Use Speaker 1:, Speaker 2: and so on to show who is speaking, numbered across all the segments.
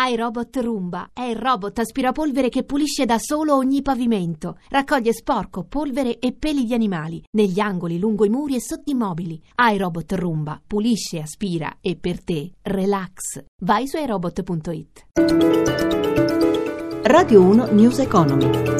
Speaker 1: iRobot Roomba è il robot aspirapolvere che pulisce da solo ogni pavimento. Raccoglie sporco, polvere e peli di animali negli angoli, lungo i muri e sotto i mobili. iRobot Roomba pulisce, aspira e per te relax. Vai su iRobot.it.
Speaker 2: Radio 1 News Economy.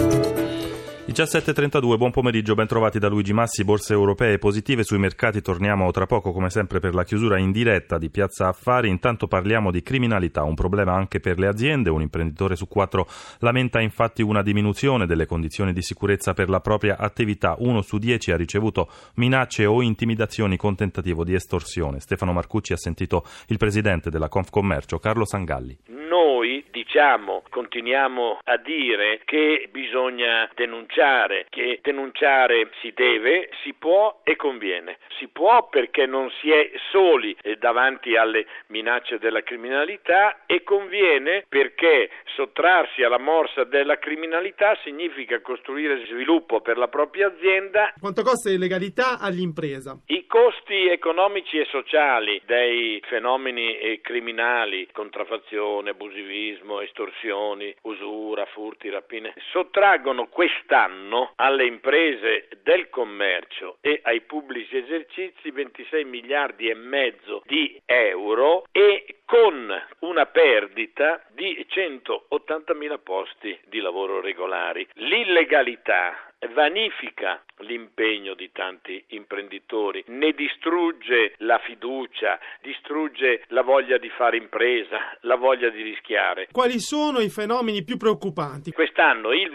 Speaker 3: 17.32, buon pomeriggio, ben trovati da Luigi Massi. Borse europee positive sui mercati, torniamo tra poco come sempre per la chiusura in diretta di Piazza Affari. Intanto parliamo di criminalità, un problema anche per le aziende. Un imprenditore su 4 lamenta infatti una diminuzione delle condizioni di sicurezza per la propria attività. 1 su 10 ha ricevuto minacce o intimidazioni con tentativo di estorsione. Stefano Marcucci ha sentito il presidente della Confcommercio, Carlo Sangalli.
Speaker 4: Noi continuiamo a dire che bisogna denunciare, che denunciare si deve, si può e conviene. Si può perché non si è soli davanti alle minacce della criminalità e conviene perché sottrarsi alla morsa della criminalità significa costruire sviluppo per la propria azienda.
Speaker 5: Quanto costa l'illegalità all'impresa?
Speaker 4: I costi economici e sociali dei fenomeni criminali, contraffazione, abusivismo, estorsioni, usura, furti, rapine, sottraggono quest'anno alle imprese del commercio e ai pubblici esercizi 26 miliardi e mezzo di euro e con una perdita di 180.000 posti di lavoro regolari. L'illegalità vanifica l'impegno di tanti imprenditori, ne distrugge la fiducia, distrugge la voglia di fare impresa, la voglia di rischiare.
Speaker 5: Quali sono i fenomeni più preoccupanti?
Speaker 4: Quest'anno il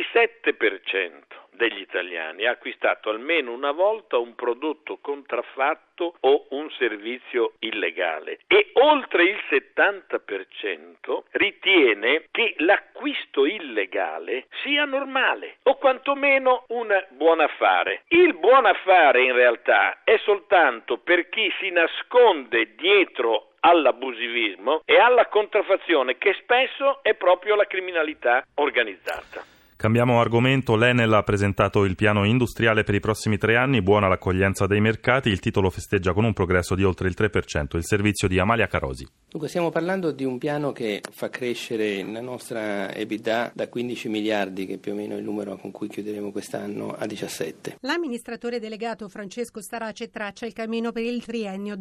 Speaker 4: 27% degli italiani ha acquistato almeno una volta un prodotto contraffatto o un servizio illegale e oltre il 70% ritiene che l'acquisto illegale sia normale o quantomeno un buon affare. Il buon affare in realtà è soltanto per chi si nasconde dietro all'abusivismo e alla contraffazione, che spesso è proprio la criminalità organizzata.
Speaker 3: Cambiamo argomento. L'Enel ha presentato il piano industriale per i prossimi 3 anni, buona l'accoglienza dei mercati, il titolo festeggia con un progresso di oltre il 3%, il servizio di Amalia Carosi.
Speaker 6: Dunque stiamo parlando di un piano che fa crescere la nostra EBITDA da 15 miliardi, che è più o meno il numero con cui chiuderemo quest'anno, a 17.
Speaker 7: L'amministratore delegato Francesco Starace traccia il cammino per il triennio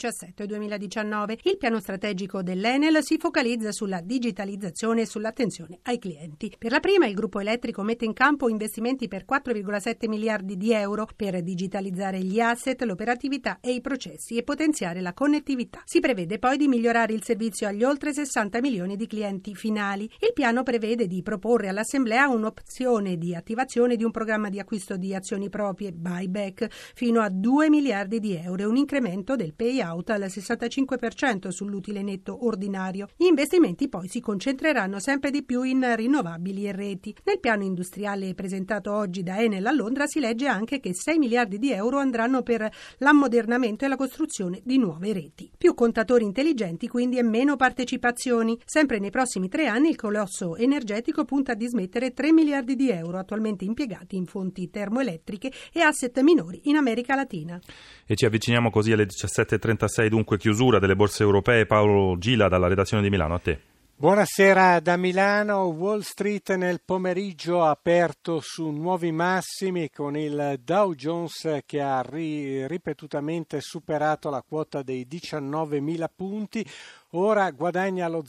Speaker 7: 2017-2019. Il piano strategico dell'Enel si focalizza sulla digitalizzazione e sull'attenzione ai clienti. Per la prima il gruppo elettrico mette in campo investimenti per 4,7 miliardi di euro per digitalizzare gli asset, l'operatività e i processi e potenziare la connettività. Si prevede poi di migliorare il servizio agli oltre 60 milioni di clienti finali. Il piano prevede di proporre all'Assemblea un'opzione di attivazione di un programma di acquisto di azioni proprie, buyback, fino a 2 miliardi di euro e un incremento del payout al 65% sull'utile netto ordinario. Gli investimenti poi si concentreranno sempre di più in rinnovabili e reti. Nel piano industriale presentato oggi da Enel a Londra si legge anche che 6 miliardi di euro andranno per l'ammodernamento e la costruzione di nuove reti. Più contatori intelligenti quindi e meno partecipazioni. Sempre nei prossimi 3 anni il colosso energetico punta a dismettere 3 miliardi di euro attualmente impiegati in fonti termoelettriche e asset minori in America Latina.
Speaker 3: E ci avviciniamo così alle 17.36, dunque chiusura delle borse europee. Paolo Gila dalla redazione di Milano, a te.
Speaker 8: Buonasera da Milano. Wall Street nel pomeriggio ha aperto su nuovi massimi con il Dow Jones che ha ripetutamente superato la quota dei 19.000 punti. Ora guadagna lo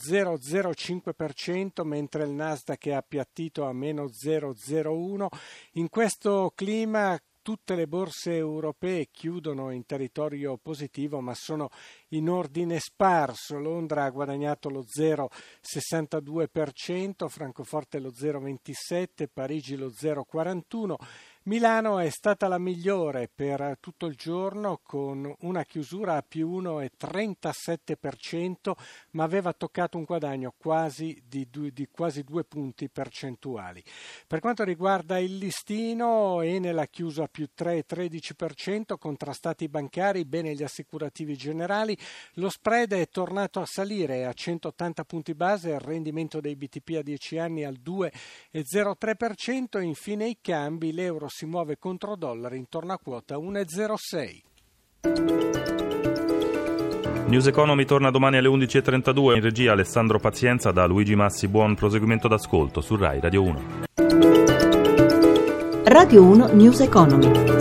Speaker 8: 0,05%, mentre il Nasdaq è appiattito a meno 0,01%. In questo clima tutte le borse europee chiudono in territorio positivo, ma sono in ordine sparso. Londra ha guadagnato lo 0,62%, Francoforte lo 0,27%, Parigi lo 0,41%. Milano è stata la migliore per tutto il giorno con una chiusura a più 1,37%, ma aveva toccato un guadagno di quasi 2 punti percentuali. Per quanto riguarda il listino, Enel ha chiuso a più 3,13%, contrastati i bancari, bene gli assicurativi generali. Lo spread è tornato a salire a 180 punti base, il rendimento dei BTP a 10 anni al 2,03%. Infine i cambi, l'euro si muove contro dollaro intorno a quota 1,06.
Speaker 3: News Economy torna domani alle 11.32. In regia Alessandro Pazienza, da Luigi Massi. Buon proseguimento d'ascolto su Rai Radio 1.
Speaker 2: Radio 1 News Economy.